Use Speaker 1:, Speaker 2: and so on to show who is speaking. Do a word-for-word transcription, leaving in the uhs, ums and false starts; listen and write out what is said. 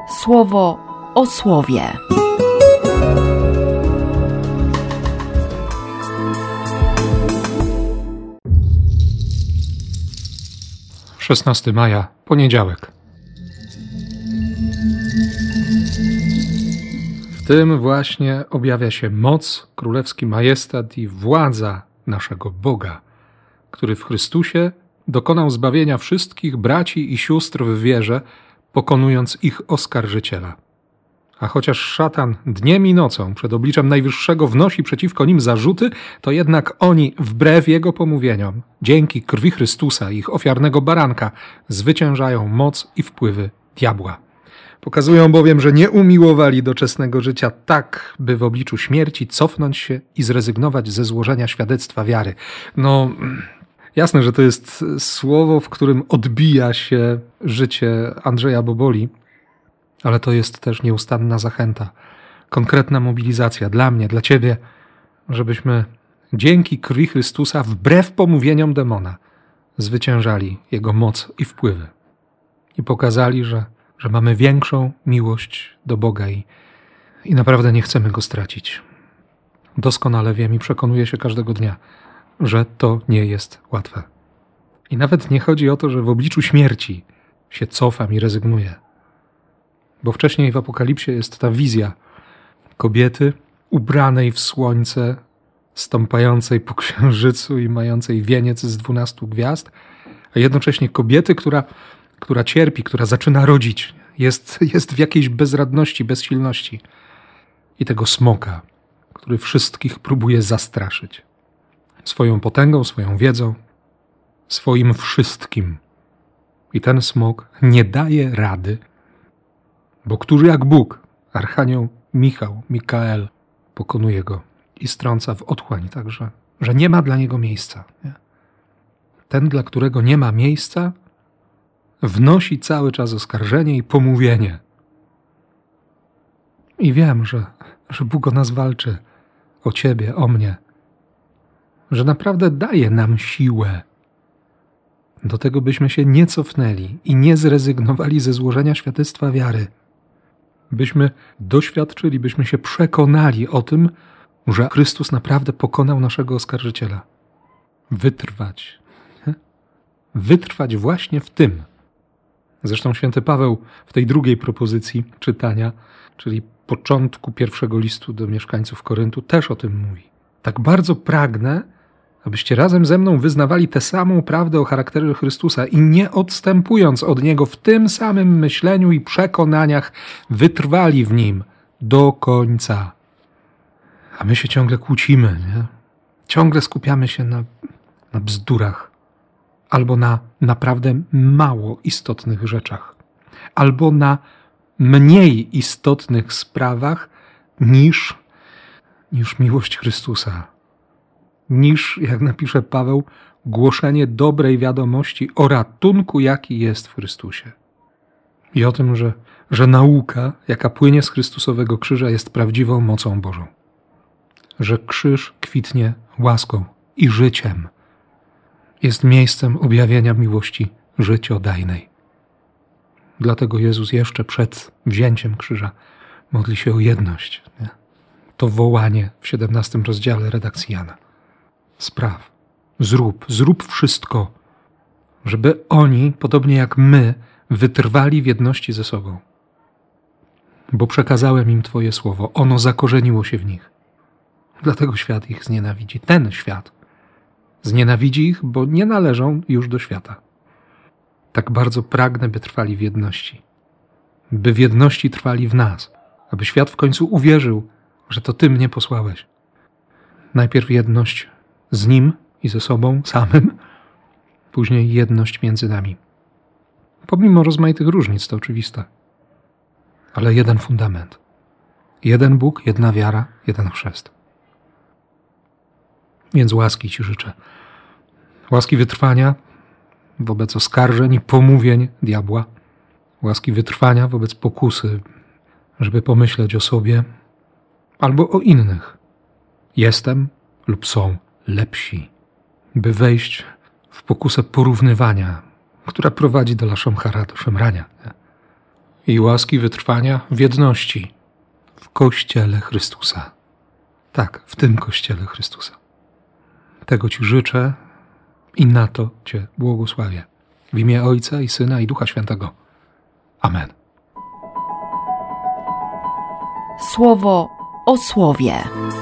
Speaker 1: Słowo o słowie.
Speaker 2: szesnastego maja, poniedziałek. W tym właśnie objawia się moc, królewski majestat i władza naszego Boga, który w Chrystusie dokonał zbawienia wszystkich braci i sióstr w wierze, pokonując ich oskarżyciela. A chociaż szatan dniem i nocą przed obliczem Najwyższego wnosi przeciwko nim zarzuty, to jednak oni, wbrew jego pomówieniom, dzięki krwi Chrystusa i ich ofiarnego baranka, zwyciężają moc i wpływy diabła. Pokazują bowiem, że nie umiłowali doczesnego życia tak, by w obliczu śmierci cofnąć się i zrezygnować ze złożenia świadectwa wiary. No, jasne, że to jest słowo, w którym odbija się życie Andrzeja Boboli, ale to jest też nieustanna zachęta, konkretna mobilizacja dla mnie, dla ciebie, żebyśmy dzięki krwi Chrystusa, wbrew pomówieniom demona, zwyciężali jego moc i wpływy i pokazali, że, że mamy większą miłość do Boga i, i naprawdę nie chcemy go stracić. Doskonale wiem i przekonuję się każdego dnia, że to nie jest łatwe. I nawet nie chodzi o to, że w obliczu śmierci się cofam i rezygnuję. Bo wcześniej w Apokalipsie jest ta wizja kobiety ubranej w słońce, stąpającej po księżycu i mającej wieniec z dwunastu gwiazd, a jednocześnie kobiety, która, która cierpi, która zaczyna rodzić, jest, jest w jakiejś bezradności, bezsilności. I tego smoka, który wszystkich próbuje zastraszyć. Swoją potęgą, swoją wiedzą, swoim wszystkim. I ten smok nie daje rady, bo któż jak Bóg, archanioł Michał, Mikael, pokonuje go i strąca w otchłań, także, że nie ma dla niego miejsca. Nie? Ten, dla którego nie ma miejsca, wnosi cały czas oskarżenie i pomówienie. I wiem, że, że Bóg o nas walczy, o ciebie, o mnie, że naprawdę daje nam siłę do tego, byśmy się nie cofnęli i nie zrezygnowali ze złożenia świadectwa wiary. Byśmy doświadczyli, byśmy się przekonali o tym, że Chrystus naprawdę pokonał naszego oskarżyciela. Wytrwać. Wytrwać właśnie w tym. Zresztą święty Paweł w tej drugiej propozycji czytania, czyli początku pierwszego listu do mieszkańców Koryntu, też o tym mówi. Tak bardzo pragnę, abyście razem ze mną wyznawali tę samą prawdę o charakterze Chrystusa i nie odstępując od Niego w tym samym myśleniu i przekonaniach, wytrwali w Nim do końca. A my się ciągle kłócimy, nie? Ciągle skupiamy się na, na bzdurach albo na naprawdę mało istotnych rzeczach, albo na mniej istotnych sprawach niż, niż miłość Chrystusa. Niż, jak napisze Paweł, głoszenie dobrej wiadomości o ratunku, jaki jest w Chrystusie. I o tym, że, że nauka, jaka płynie z Chrystusowego krzyża, jest prawdziwą mocą Bożą. Że krzyż kwitnie łaską i życiem. Jest miejscem objawienia miłości życiodajnej. Dlatego Jezus jeszcze przed wzięciem krzyża modli się o jedność. Nie? To wołanie w siedemnastym rozdziale redakcji Jana. Spraw, zrób, zrób wszystko, żeby oni, podobnie jak my, wytrwali w jedności ze sobą. Bo przekazałem im Twoje słowo, ono zakorzeniło się w nich. Dlatego świat ich znienawidzi. Ten świat znienawidzi ich, bo nie należą już do świata. Tak bardzo pragnę, by trwali w jedności. By w jedności trwali w nas. Aby świat w końcu uwierzył, że to Ty mnie posłałeś. Najpierw jedność z Nim i ze sobą samym, później jedność między nami. Pomimo rozmaitych różnic, to oczywiste. Ale jeden fundament. Jeden Bóg, jedna wiara, jeden chrzest. Więc łaski Ci życzę. Łaski wytrwania wobec oskarżeń i pomówień diabła. Łaski wytrwania wobec pokusy, żeby pomyśleć o sobie albo o innych. Jestem lub są lepsi, by wejść w pokusę porównywania, która prowadzi do laszomchara, do szemrania. i łaski wytrwania w jedności w Kościele Chrystusa. Tak, w tym Kościele Chrystusa. Tego Ci życzę i na to Cię błogosławię. W imię Ojca i Syna i Ducha Świętego. Amen.
Speaker 1: Słowo o słowie.